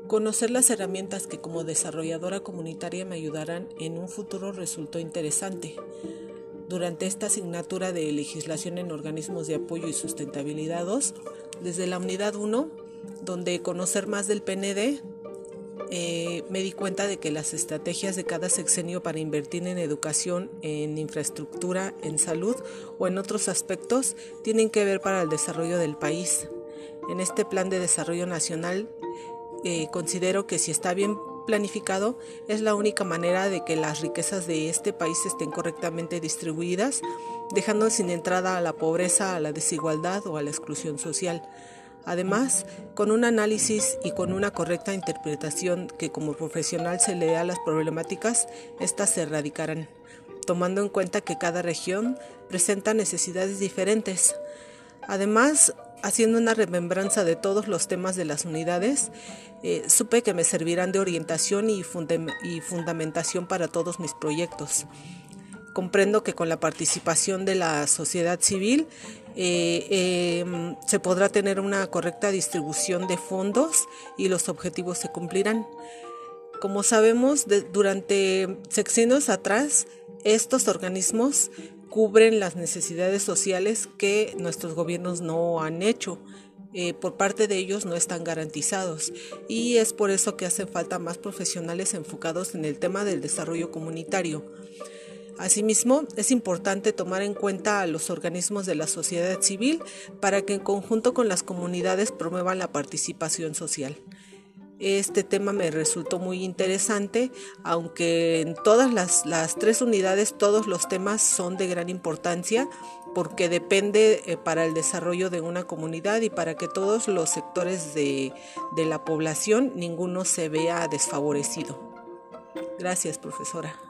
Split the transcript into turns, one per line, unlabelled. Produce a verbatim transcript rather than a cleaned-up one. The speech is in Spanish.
Conocer las herramientas que como desarrolladora comunitaria me ayudarán en un futuro resultó interesante. Durante esta asignatura de Legislación en Organismos de Apoyo y Sustentabilidad dos, desde la unidad uno, donde conocer más del P N D, eh, me di cuenta de que las estrategias de cada sexenio para invertir en educación, en infraestructura, en salud o en otros aspectos tienen que ver para el desarrollo del país. En este Plan de Desarrollo Nacional, Eh, considero que si está bien planificado es la única manera de que las riquezas de este país estén correctamente distribuidas, dejando sin entrada a la pobreza, a la desigualdad o a la exclusión social. Además, con un análisis y con una correcta interpretación que como profesional se le dé a las problemáticas, estas se erradicarán, tomando en cuenta que cada región presenta necesidades diferentes. Además, haciendo una remembranza de todos los temas de las unidades, eh, supe que me servirán de orientación y, fundam- y fundamentación para todos mis proyectos. Comprendo que con la participación de la sociedad civil eh, eh, se podrá tener una correcta distribución de fondos y los objetivos se cumplirán. Como sabemos, de, durante sexenios atrás, estos organismos cubren las necesidades sociales que nuestros gobiernos no han hecho. Eh, por parte de ellos no están garantizados y es por eso que hacen falta más profesionales enfocados en el tema del desarrollo comunitario. Asimismo, es importante tomar en cuenta a los organismos de la sociedad civil para que en conjunto con las comunidades promuevan la participación social. Este tema me resultó muy interesante, aunque en todas las, las tres unidades todos los temas son de gran importancia porque depende eh, para el desarrollo de una comunidad y para que todos los sectores de, de la población ninguno se vea desfavorecido. Gracias, profesora.